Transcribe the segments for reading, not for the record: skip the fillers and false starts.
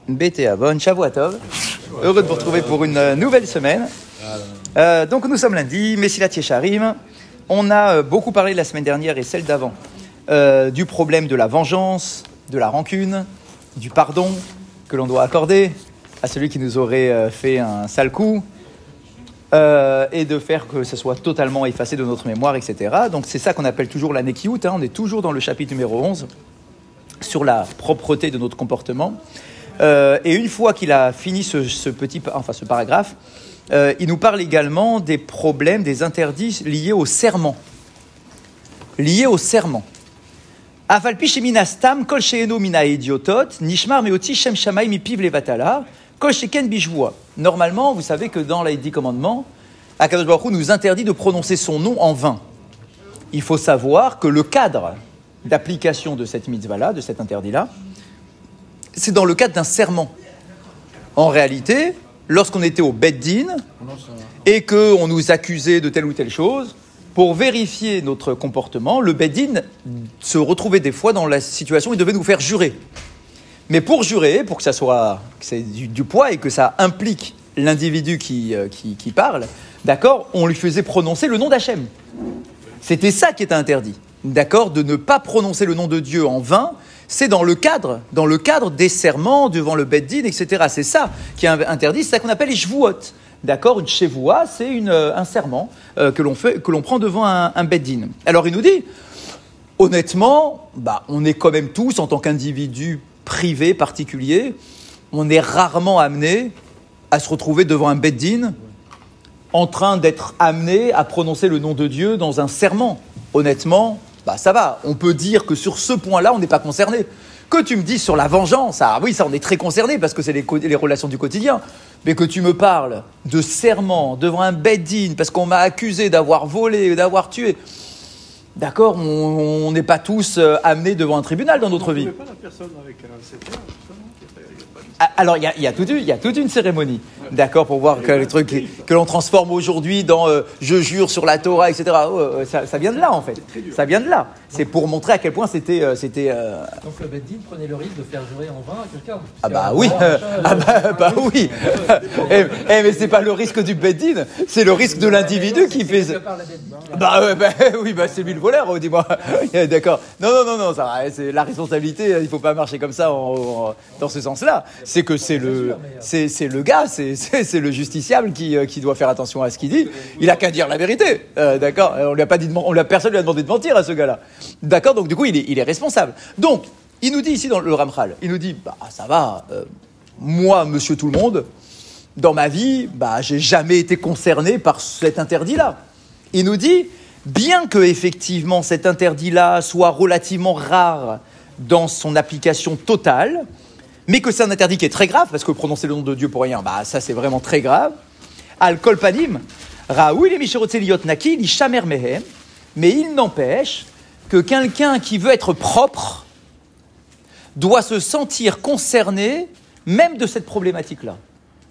BTA, bonne Shavua Tov. Heureux de vous retrouver pour une nouvelle semaine. Donc nous sommes lundi, Messilat Yesharim. On a beaucoup parlé la semaine dernière et celle d'avant du problème de la vengeance, de la rancune, du pardon que l'on doit accorder à celui qui nous aurait fait un sale coup et de faire que ce soit totalement effacé de notre mémoire, etc. Donc c'est ça qu'on appelle toujours la Nekiout. On est toujours dans le chapitre numéro 11 sur la propreté de notre comportement. Et une fois qu'il a fini ce paragraphe, il nous parle également des problèmes, des interdits liés au serment. Afalpi sheminastam kol she'eno mina idiotot nishmar meoti shem shamay mipiv levatala kol sheken bishvua. Normalement, vous savez que dans les 10 commandements, Akadosh Baruch Hu nous interdit de prononcer son nom en vain. Il faut savoir que le cadre d'application de cette mitzvah-là, de cet interdit-là, c'est dans le cadre d'un serment. En réalité, lorsqu'on était au Beit Din et qu'on nous accusait de telle ou telle chose, pour vérifier notre comportement, le Beit Din se retrouvait des fois dans la situation où il devait nous faire jurer. Mais pour jurer, pour que ça soit que c'est du poids et que ça implique l'individu qui parle, d'accord, on lui faisait prononcer le nom d'Hachem. C'était ça qui était interdit, d'accord, de ne pas prononcer le nom de Dieu en vain. C'est dans le cadre des serments devant le Beit Din, etc. C'est ça qui est interdit, c'est ça qu'on appelle les shvuot. D'accord, une shevoua, c'est un serment que l'on prend devant un Beit Din. Alors il nous dit, honnêtement, on est quand même tous, en tant qu'individus privés, particuliers, on est rarement amené à se retrouver devant un Beit Din en train d'être amené à prononcer le nom de Dieu dans un serment. Honnêtement, ça va. On peut dire que sur ce point-là, on n'est pas concerné. Que tu me dises sur la vengeance, oui, ça on est très concerné parce que c'est les relations du quotidien. Mais que tu me parles de serment devant un Beit Din parce qu'on m'a accusé d'avoir volé, d'avoir tué. D'accord, on n'est pas tous amenés devant un tribunal dans notre vie. Vous ne trouvez pas la personne avec un CTA, justement ? Alors, il y a toute une cérémonie, d'accord, pour voir que les trucs que l'on transforme aujourd'hui dans je jure sur la Torah, etc. Ça vient de là, en fait. Ça vient de là. C'est pour montrer à quel point c'était. Donc le Beit Din prenait le risque de faire jurer en vain à quelqu'un. Oui. Mais c'est pas le risque du Beit Din, c'est le risque de l'individu qui fait. C'est lui le voleur, dis-moi. D'accord. Non, ça va. C'est la responsabilité. Il faut pas marcher comme ça dans ce sens-là. C'est que c'est le gars, c'est le justiciable qui doit faire attention à ce qu'il dit. Il a qu'à dire la vérité, d'accord. Personne lui a demandé de mentir à ce gars-là, d'accord. Donc du coup, il est responsable. Donc, il nous dit ici dans le Ramchal, il nous dit, ça va. Moi, Monsieur Tout le Monde, dans ma vie, j'ai jamais été concerné par cet interdit-là. Il nous dit, bien que effectivement cet interdit-là soit relativement rare dans son application totale, mais que c'est un interdit qui est très grave, parce que prononcer le nom de Dieu pour rien, ça c'est vraiment très grave. Al kol panim, raoui le misherotze liot naki li shamer mehem, mais il n'empêche que quelqu'un qui veut être propre doit se sentir concerné même de cette problématique-là. Comment ?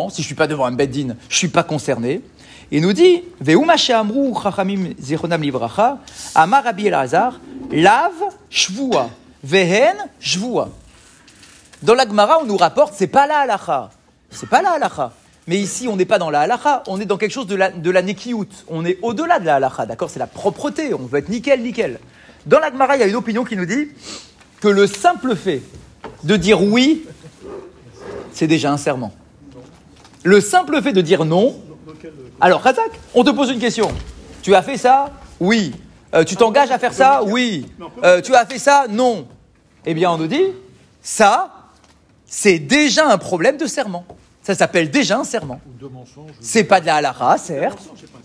Si je ne suis pas devant un Beit Din, je ne suis pas concerné. Il nous dit, ve'uma she'amru chachamim zichronam livracha, amar Rabbi Elazar, lav shvua, vehen shvua. Dans la Gemara, on nous rapporte, c'est pas la halacha. Mais ici, on n'est pas dans la halacha, on est dans quelque chose de la nekiout. On est au-delà de la halacha, d'accord ? C'est la propreté, on veut être nickel. Dans la Gemara, il y a une opinion qui nous dit que le simple fait de dire oui, c'est déjà un serment. Le simple fait de dire non. Alors, Razak, on te pose une question. Tu as fait ça ? Oui. Tu t'engages à faire ça ? Oui. Tu as fait ça ? Non. Eh bien, on nous dit, ça, c'est déjà un problème de serment. Ça s'appelle déjà un serment. C'est pas de la halakha, certes.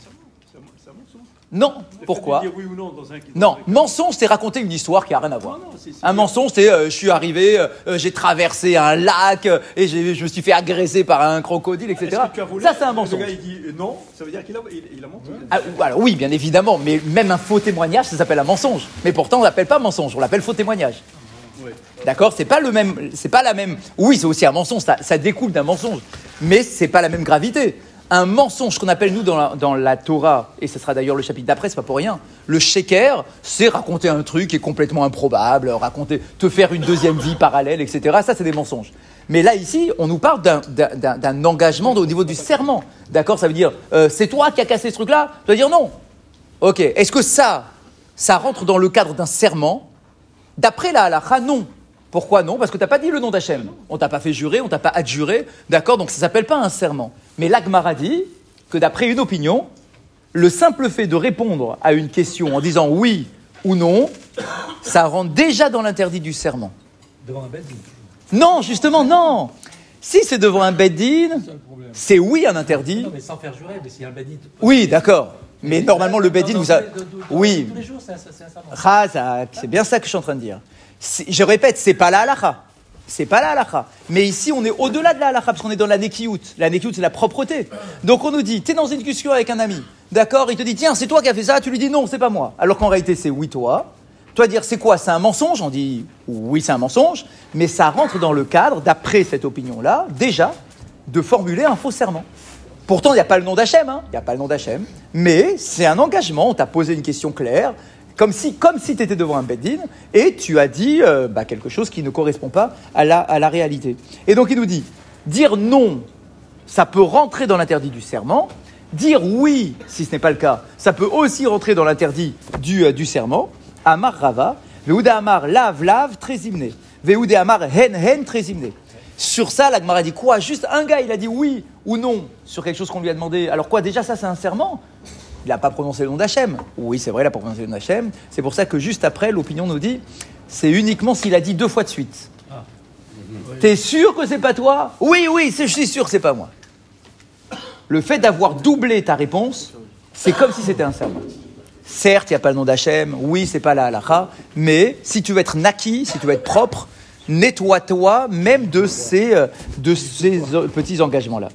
Non, pourquoi ? Non, mensonge, c'est raconter une histoire qui n'a rien à voir. Un mensonge, c'est je suis arrivé, j'ai traversé un lac et je me suis fait agresser par un crocodile, etc. Ça, c'est un mensonge. Le gars, il dit non, ça veut dire qu'il a menti. Alors, oui, bien évidemment, mais même un faux témoignage, ça s'appelle un mensonge. Mais pourtant, on l'appelle pas mensonge, on l'appelle faux témoignage. Ouais. D'accord, c'est pas la même. Oui, c'est aussi un mensonge, ça découle d'un mensonge, mais c'est pas la même gravité. Un mensonge qu'on appelle nous dans la Torah, et ce sera d'ailleurs le chapitre d'après, c'est pas pour rien. Le sheker, c'est raconter un truc qui est complètement improbable, te faire une deuxième vie parallèle, etc. Ça, c'est des mensonges. Mais là, ici, on nous parle d'un engagement au niveau du serment. D'accord? Ça veut dire, c'est toi qui as cassé ce truc-là? Tu vas dire non. Ok. Est-ce que ça rentre dans le cadre d'un serment? D'après la halakha, non. Pourquoi non? Parce que tu n'as pas dit le nom d'Hachem. On t'a pas fait jurer, on t'a pas adjuré. D'accord? Donc ça ne s'appelle pas un serment. Mais l'Agmara dit que d'après une opinion, le simple fait de répondre à une question en disant oui ou non, ça rentre déjà dans l'interdit du serment. Devant un beddin. Non, justement, non. Si c'est devant un beddin, c'est oui un interdit. Non, mais sans faire jurer, mais s'il y a un beddin. Oui, d'accord. Mais normalement, le beddin, vous a... Oui. Tous les jours, c'est un serment. C'est bien ça que je suis en train de dire. Je répète, c'est pas la halakha. C'est pas la halakha. Mais ici, on est au-delà de la halakha, parce qu'on est dans la nekiout. La nekiout, c'est la propreté. Donc on nous dit, tu es dans une discussion avec un ami, d'accord? Il te dit, tiens, c'est toi qui as fait ça. Tu lui dis, non, c'est pas moi. Alors qu'en réalité, c'est oui, toi. Toi, dire, c'est quoi? C'est un mensonge? On dit, oui, c'est un mensonge. Mais ça rentre dans le cadre, d'après cette opinion-là, déjà, de formuler un faux serment. Pourtant, il n'y a pas le nom d'Hachem, hein. Il n'y a pas le nom d'Hachem. Mais c'est un engagement. On t'a posé une question claire. Comme si tu étais devant un beddin et tu as dit quelque chose qui ne correspond pas à la réalité. Et donc il nous dit, dire non, ça peut rentrer dans l'interdit du serment. Dire oui, si ce n'est pas le cas, ça peut aussi rentrer dans l'interdit du serment. Amar Rava, Veouda Amar lav trezimne, Veouda Amar hen trezimne. Sur ça, la Gemara dit quoi? Juste un gars, il a dit oui ou non sur quelque chose qu'on lui a demandé. Alors quoi, déjà ça c'est un serment? Il n'a pas prononcé le nom d'Hachem. Oui, c'est vrai, il n'a pas prononcé le nom d'Hachem. C'est pour ça que juste après, l'opinion nous dit, c'est uniquement s'il a dit 2 fois de suite. Ah. T'es sûr que c'est pas toi? Oui, je suis sûr que c'est pas moi. Le fait d'avoir doublé ta réponse, c'est comme si c'était un serment. Certes, il n'y a pas le nom d'Hachem. Oui, c'est pas la halakha. Mais si tu veux être naki, si tu veux être propre, nettoie-toi même de ces petits engagements-là.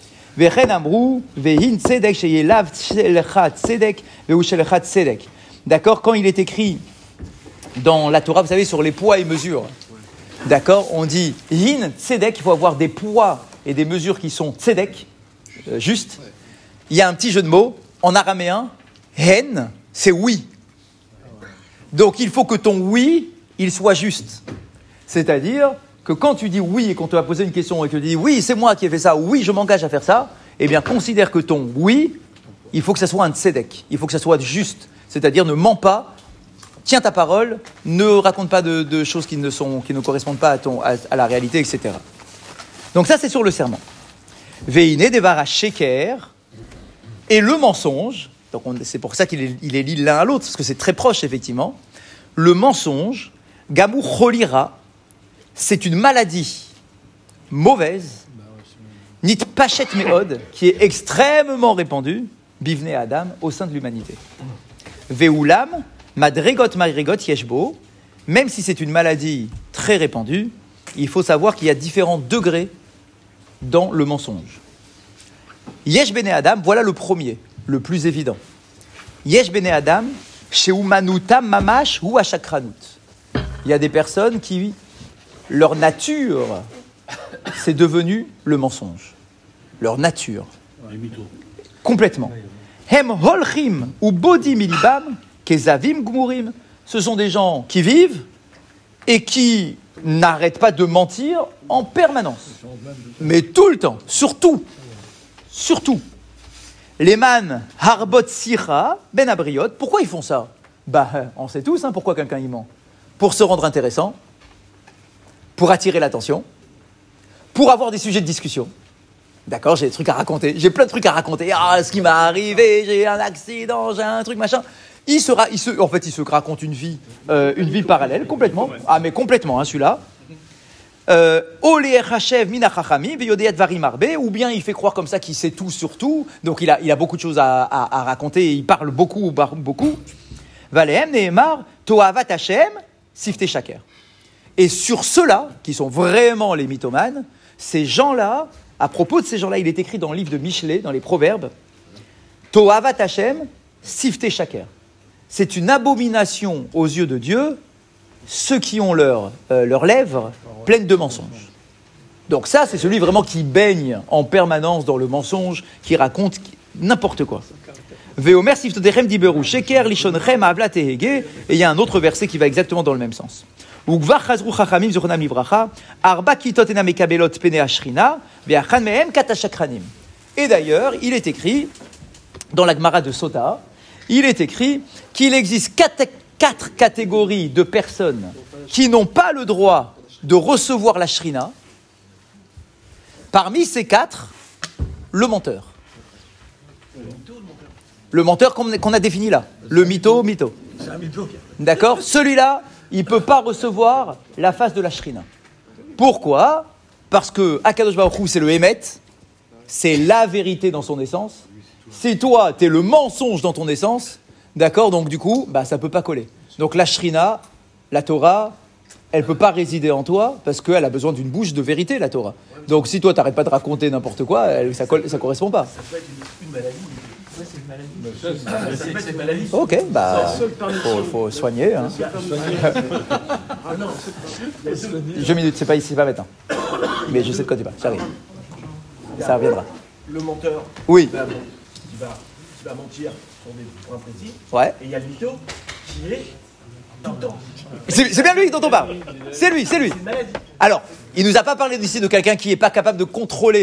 D'accord, quand il est écrit dans la Torah, vous savez, sur les poids et mesures, d'accord, on dit hin tzedek, il faut avoir des poids et des mesures qui sont tzedek, juste. Il y a un petit jeu de mots en araméen, hen, c'est oui. Donc il faut que ton oui, il soit juste. C'est-à-dire que quand tu dis oui et qu'on te va poser une question et que tu dis oui, c'est moi qui ai fait ça, oui, je m'engage à faire ça, eh bien, considère que ton oui, il faut que ça soit un tzedek, il faut que ça soit juste. C'est-à-dire, ne mens pas, tiens ta parole, ne raconte pas de choses qui ne correspondent pas à la réalité, etc. Donc ça, c'est sur le serment. Veine devara sheker, et le mensonge, donc c'est pour ça qu'il est lié l'un à l'autre, parce que c'est très proche, effectivement. Le mensonge, gamou cholira, c'est une maladie mauvaise, nit pachet meod, qui est extrêmement répandue, bivne Adam, au sein de l'humanité. Veulam, madregot marigot yeshbo, même si c'est une maladie très répandue, il faut savoir qu'il y a différents degrés dans le mensonge. Yesh bene Adam, voilà le premier, le plus évident. Yesh bene Adam, sheumanutam mamash ou ashakranut. Il y a des personnes qui, leur nature, c'est devenu le mensonge. Leur nature. Complètement. Hem holchim ou bodim ilibam, kezavim gmurim. Ce sont des gens qui vivent et qui n'arrêtent pas de mentir en permanence. Mais tout le temps, surtout. Les man harbot sira ben abriot. Pourquoi ils font ça? On sait tous pourquoi quelqu'un y ment. Pour se rendre intéressant, pour attirer l'attention, pour avoir des sujets de discussion. D'accord, j'ai des trucs à raconter, j'ai plein de trucs à raconter. Ah, ce qui m'est arrivé, j'ai un accident, j'ai un truc machin. Il se raconte une vie parallèle, complètement. Ah, mais complètement, celui-là. Ou bien il fait croire comme ça qu'il sait tout sur tout, donc il a beaucoup de choses à raconter, et il parle beaucoup. Valehem neemar toavat Hashem sifte shaker. Et sur ceux-là, qui sont vraiment les mythomanes, ces gens-là, à propos de ces gens-là, il est écrit dans le livre de Michelet, dans les Proverbes, toavat Hashem sifte shaker. C'est une abomination aux yeux de Dieu, ceux qui ont leurs lèvres pleines de mensonges. Donc ça, c'est celui vraiment qui baigne en permanence dans le mensonge, qui raconte n'importe quoi. Veomer siftodechem diberu sheker lishonchem avla tehege. Et il y a un autre verset qui va exactement dans le même sens. וכבר חזרו חכמים זיכרונם לברכה, 4 כיתות אינן מקבלות פני השכינה, ואחת מהן כת השקרנים. Et d'ailleurs, il est écrit, dans la Gemara de Sota, il est écrit qu'il existe 4 catégories de personnes qui n'ont pas le droit de recevoir la shrina. Parmi ces 4, le menteur. Le menteur qu'on a défini là. Le mytho. C'est un mytho. D'accord ? Celui-là, il ne peut pas recevoir la face de la shrina. Pourquoi ? Parce que Akadosh Baruch Hu, c'est le Hémet, c'est la vérité dans son essence. Si toi, tu es le mensonge dans ton essence, d'accord ? Donc du coup, ça ne peut pas coller. Donc la shrina, la Torah, elle ne peut pas résider en toi parce qu'elle a besoin d'une bouche de vérité, la Torah. Donc si toi, tu n'arrêtes pas de raconter n'importe quoi, ça ne correspond pas. Ça peut être une maladie. Ouais, c'est une maladie. C'est une maladie. Ok, faut soigner. Hein. Ah non, 2 minutes, c'est pas maintenant. Mais je sais de quoi tu parles, j'arrive. Ça reviendra. le menteur Oui. qui va mentir sur des points précis. Ouais. Et il y a le mytho qui est tout le temps. C'est bien lui dont on parle. C'est lui. C'est une maladie. Alors, il nous a pas parlé ici de quelqu'un qui n'est pas capable de se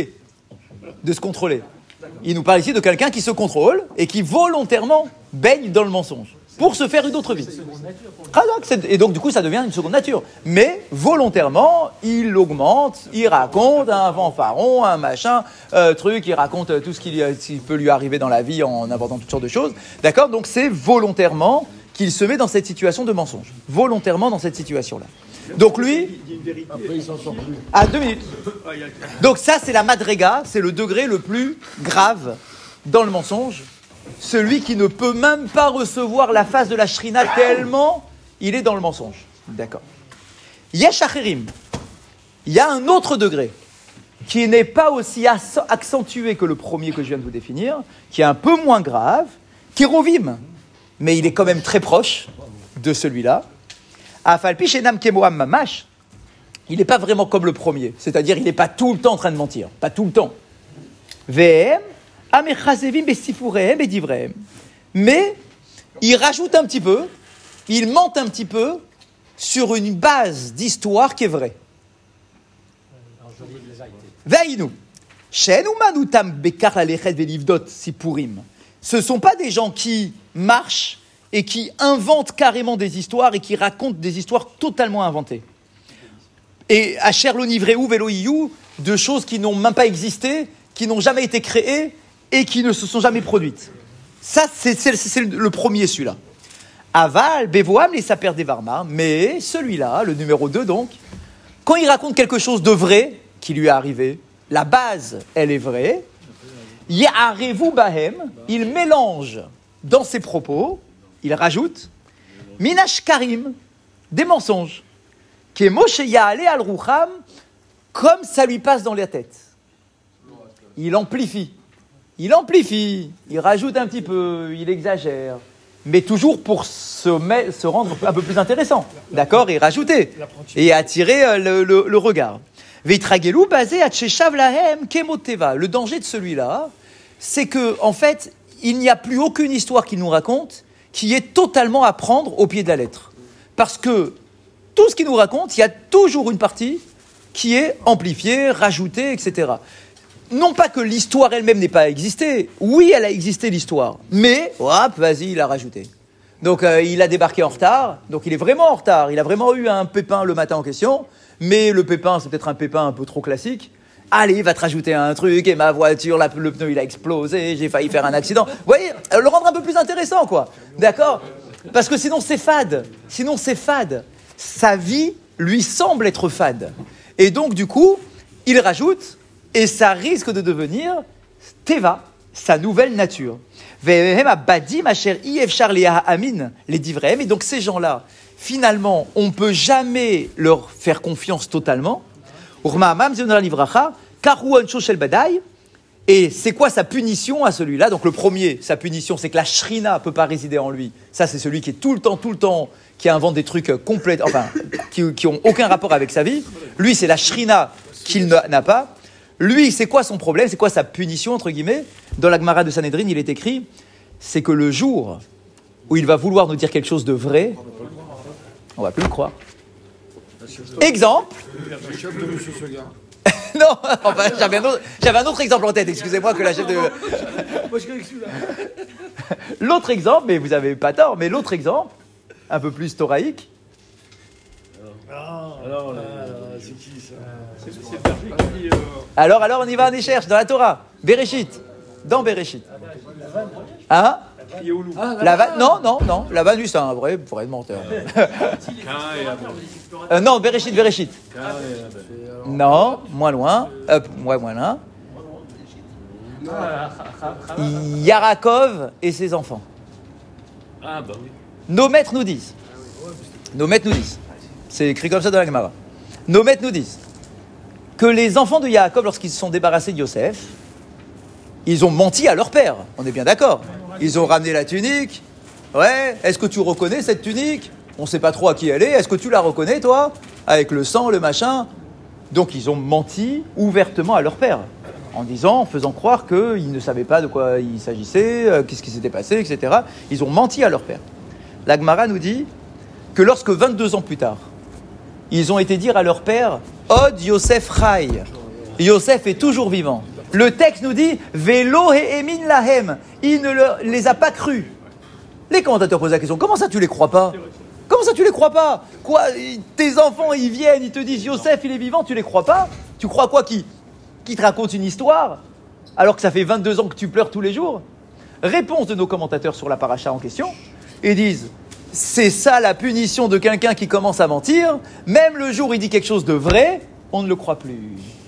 contrôler. Il nous parle ici de quelqu'un qui se contrôle et qui volontairement baigne dans le mensonge pour se faire une autre vie. Et donc, du coup, ça devient une seconde nature. Mais volontairement, il augmente, il raconte un fanfaron, un machin, il raconte tout ce qui peut lui arriver dans la vie en inventant toutes sortes de choses. D'accord ? Donc, c'est volontairement qu'il se met dans cette situation de mensonge. Volontairement dans cette situation-là. Donc lui, après il s'en sort plus. à 2 minutes. Donc ça, c'est la madrega, c'est le degré le plus grave dans le mensonge. Celui qui ne peut même pas recevoir la face de la shrina tellement il est dans le mensonge. D'accord. Yesh acherim. Il y a un autre degré qui n'est pas aussi accentué que le premier que je viens de vous définir, qui est un peu moins grave, qui rovim. Mais il est quand même très proche de celui-là. Afalpi shenam kemoam mamash, il n'est pas vraiment comme le premier, c'est-à-dire il n'est pas tout le temps en train de mentir, pas tout le temps. Vehem amechazevim bestifurehem bedivrehem, mais il rajoute un petit peu, il ment un petit peu sur une base d'histoire qui est vraie. Veinu shenu manutam bekar alechet velivdot sipurim. Ce ne sont pas des gens qui marchent et qui inventent carrément des histoires et qui racontent des histoires totalement inventées. Et à Sherlonivreu Veloiyu, de choses qui n'ont même pas existé, qui n'ont jamais été créées et qui ne se sont jamais produites. Ça, c'est le premier, celui-là. Aval, Bevoam, les Saper des Varmar, mais celui-là, le numéro 2 donc, quand il raconte quelque chose de vrai qui lui est arrivé, la base, elle est vraie, Ya'arevu Bahem, il mélange dans ses propos, il rajoute Minash Karim, des mensonges, qui est Moshe Ya'ale al Rucham, comme ça lui passe dans la tête. Il amplifie, il rajoute un petit peu, il exagère, mais toujours pour se rendre un peu plus intéressant, d'accord, et rajouter, et attirer le regard. Veitragelu basé à Tcheshav Lahem Kemoteva. Le danger de celui-là, c'est que, en fait, il n'y a plus aucune histoire qu'il nous raconte qui est totalement à prendre au pied de la lettre. Parce que tout ce qu'il nous raconte, il y a toujours une partie qui est amplifiée, rajoutée, etc. Non pas que l'histoire elle-même n'ait pas existé. Oui, elle a existé, l'histoire. Mais, hop, vas-y, il a rajouté. Donc, il a débarqué en retard. Donc, il est vraiment en retard. Il a vraiment eu un pépin le matin en question. Mais le pépin, c'est peut-être un pépin un peu trop classique. Allez, il va te rajouter un truc, et ma voiture, le pneu, il a explosé, j'ai failli faire un accident. Vous voyez, le rendre un peu plus intéressant, quoi. D'accord ? Parce que sinon, c'est fade. Sa vie lui semble être fade. Et donc, du coup, il rajoute, et ça risque de devenir Teva, sa nouvelle nature. Et donc, ces gens-là, finalement, on ne peut jamais leur faire confiance totalement. Et c'est quoi sa punition à celui-là ? Donc le premier, sa punition, c'est que la shrina ne peut pas résider en lui. Ça, c'est celui qui est tout le temps, qui invente des trucs complets, enfin, qui n'ont aucun rapport avec sa vie. Lui, c'est la shrina qu'il n'a pas. Lui, c'est quoi son problème ? C'est quoi sa punition, entre guillemets ? Dans la Gemara de Sanhedrin, il est écrit, c'est que le jour où il va vouloir nous dire quelque chose de vrai, on ne va plus le croire. Exemple. Le chef de Monsieur Seguin. Non, enfin, j'avais un autre exemple en tête, excusez-moi que la chef de... Moi, je connais que celui-là. L'autre exemple, mais vous avez pas tort, mais l'autre exemple, un peu plus thoraïque. Alors, c'est qui ça? C'est le berger qui. Alors, on y va, on y cherche, dans la Torah. Bereshit. Dans Bereshit. Hein? Qui est au loup. Non. Lavan, c'est un vrai menteur. Non, Bereshit. Non, moins loin. Moins loin. Yarakov et ses enfants. Ah, bah oui. Nos maîtres nous disent. C'est écrit comme ça dans la Gemara. Nos maîtres nous disent que les enfants de Yaakov, lorsqu'ils se sont débarrassés de Yosef, ils ont menti à leur père. On est bien d'accord. Ils ont ramené la tunique. Ouais, est-ce que tu reconnais cette tunique? On ne sait pas trop à qui elle est. Est-ce que tu la reconnais, toi? Avec le sang, le machin. Donc, ils ont menti ouvertement à leur père. En faisant croire qu'ils ne savaient pas de quoi il s'agissait, qu'est-ce qui s'était passé, etc. Ils ont menti à leur père. La Gemara nous dit que lorsque 22 ans plus tard, ils ont été dire à leur père « Od Yosef Chai ». Yosef est toujours vivant. Le texte nous dit « Velo he'emin lahem ». Il ne les a pas crus. Les commentateurs posent la question « Comment ça tu les crois pas ?» Comment ça tu les crois pas? Quoi? Tes enfants ils viennent, ils te disent « Yosef il est vivant », tu les crois pas? Tu crois quoi qui te raconte une histoire alors que ça fait 22 ans que tu pleures tous les jours? Réponse de nos commentateurs sur la paracha en question. Ils disent c'est ça la punition de quelqu'un qui commence à mentir. Même le jour où il dit quelque chose de vrai, on ne le croit plus.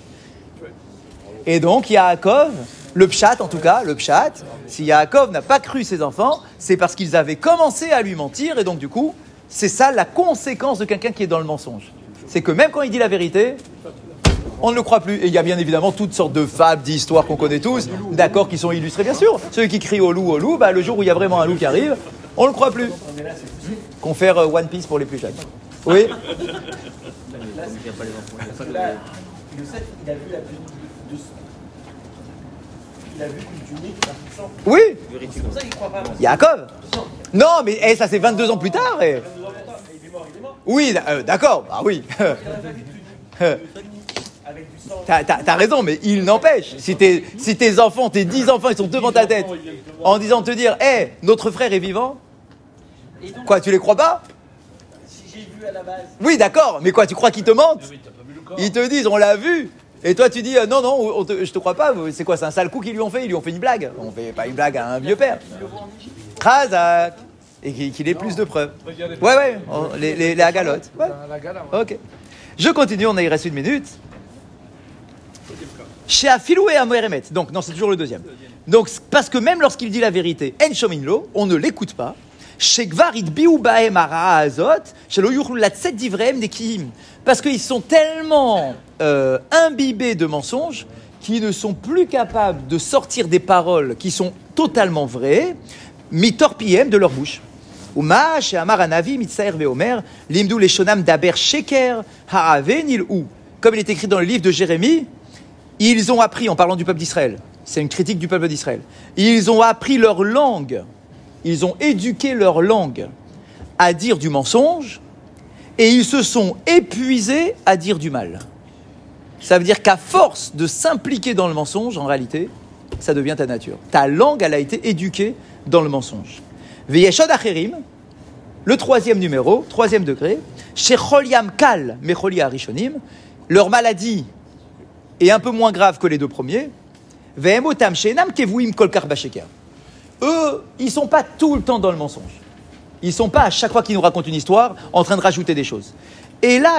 Et donc Yaakov, le pshat en tout cas, si Yaakov n'a pas cru ses enfants, c'est parce qu'ils avaient commencé à lui mentir. Et donc du coup, c'est ça la conséquence de quelqu'un qui est dans le mensonge. C'est que même quand il dit la vérité, on ne le croit plus. Et il y a bien évidemment toutes sortes de fables, d'histoires qu'on connaît tous, d'accord, qui sont illustrées bien sûr. Ceux qui crient au loup, le jour où il y a vraiment un loup qui arrive, on ne le croit plus. Confère One Piece pour les plus jeunes. Oui. Il a vu qu'une tunique, un sang. Oui. C'est pour ça qu'il ne croit pas. Yaakov. Non, mais ça c'est 22 ans plus tard. Il est mort. Oui, d'accord. Ah oui. Avec du sang. T'as raison, mais il n'empêche. Si tes enfants, tes 10 enfants, ils sont devant ta tête, en disant te dire, notre frère est vivant. Quoi, tu les crois pas? Si j'ai vu à la base. Oui, d'accord, mais quoi, tu crois qu'ils te mentent? Ils te disent, on l'a vu. Et toi, tu dis, non, je te crois pas. C'est quoi, c'est un sale coup qu'ils lui ont fait? Ils lui ont fait une blague. On fait pas une blague à un vieux père. Khazak. Et qu'il ait plus de preuves. Ouais, les agalotes. Ouais. Ok. Je continue, il reste 1 minute. Chez Afilou et Amoeremet. Donc, non, c'est toujours le deuxième. Donc, parce que même lorsqu'il dit la vérité, En Shominlo, on ne l'écoute pas. Chez Gvar Idbiou Bahem Ara Azot, chez Loyurlu Latset Divrem Nekihim. Parce qu'ils sont tellement imbibés de mensonges qu'ils ne sont plus capables de sortir des paroles qui sont totalement vraies, mitorpiem de leur bouche. Uma chez Amar Anavi Mitsaer Veomer, Limdou les Shonam Daber Sheker Haave Nilou. Comme il est écrit dans le livre de Jérémie, ils ont appris, en parlant du peuple d'Israël, c'est une critique du peuple d'Israël, ils ont appris leur langue, ils ont éduqué leur langue à dire du mensonge et ils se sont épuisés à dire du mal. Ça veut dire qu'à force de s'impliquer dans le mensonge, en réalité, ça devient ta nature. Ta langue, elle a été éduquée dans le mensonge. Veyeshod Acherim, le 3e numéro, 3e degré, Shecholiam Kal Mecholia Rishonim, leur maladie est un peu moins grave que les 2 premiers. Vehemotam Shenam Kevuim Kolkar Basheker. Eux, ils ne sont pas tout le temps dans le mensonge. Ils ne sont pas, à chaque fois qu'ils nous racontent une histoire, en train de rajouter des choses. Et là,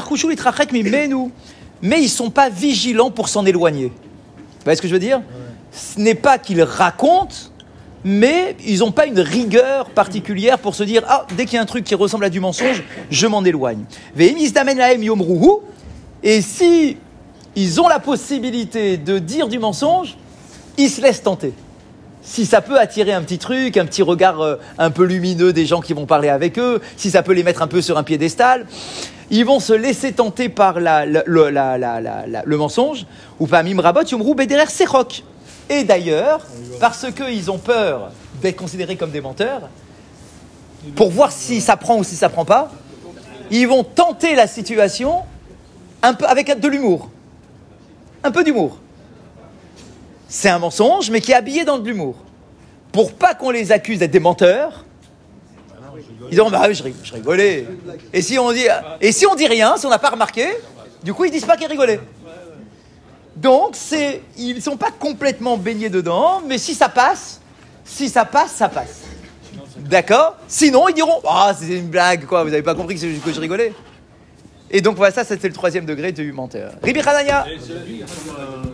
mais ils ne sont pas vigilants pour s'en éloigner. Vous voyez ce que je veux dire? Ce n'est pas qu'ils racontent, mais ils n'ont pas une rigueur particulière pour se dire « Ah, dès qu'il y a un truc qui ressemble à du mensonge, je m'en éloigne. » Et si ils ont la possibilité de dire du mensonge, ils se laissent tenter. Si ça peut attirer un petit truc, un petit regard un peu lumineux des gens qui vont parler avec eux, si ça peut les mettre un peu sur un piédestal, ils vont se laisser tenter par le mensonge. Ou pas mimrabot yomrou bederer sechok. Et d'ailleurs, parce qu'ils ont peur d'être considérés comme des menteurs, pour voir si ça prend ou si ça prend pas, Ils vont tenter la situation un peu avec de l'humour. Un peu d'humour. C'est un mensonge, mais qui est habillé dans de l'humour. Pour pas qu'on les accuse d'être des menteurs, ils diront, bah oui, je rigolais. Et si on dit rien, si on n'a pas remarqué, du coup, ils disent pas qu'ils rigolaient. Donc, ils sont pas complètement baignés dedans, mais si ça passe, ça passe. D'accord? Sinon, ils diront, ah, c'est une blague, quoi, vous avez pas compris que je rigolais. Et donc, voilà, ça, c'était le 3e degré du menteur. Ribi Hanania.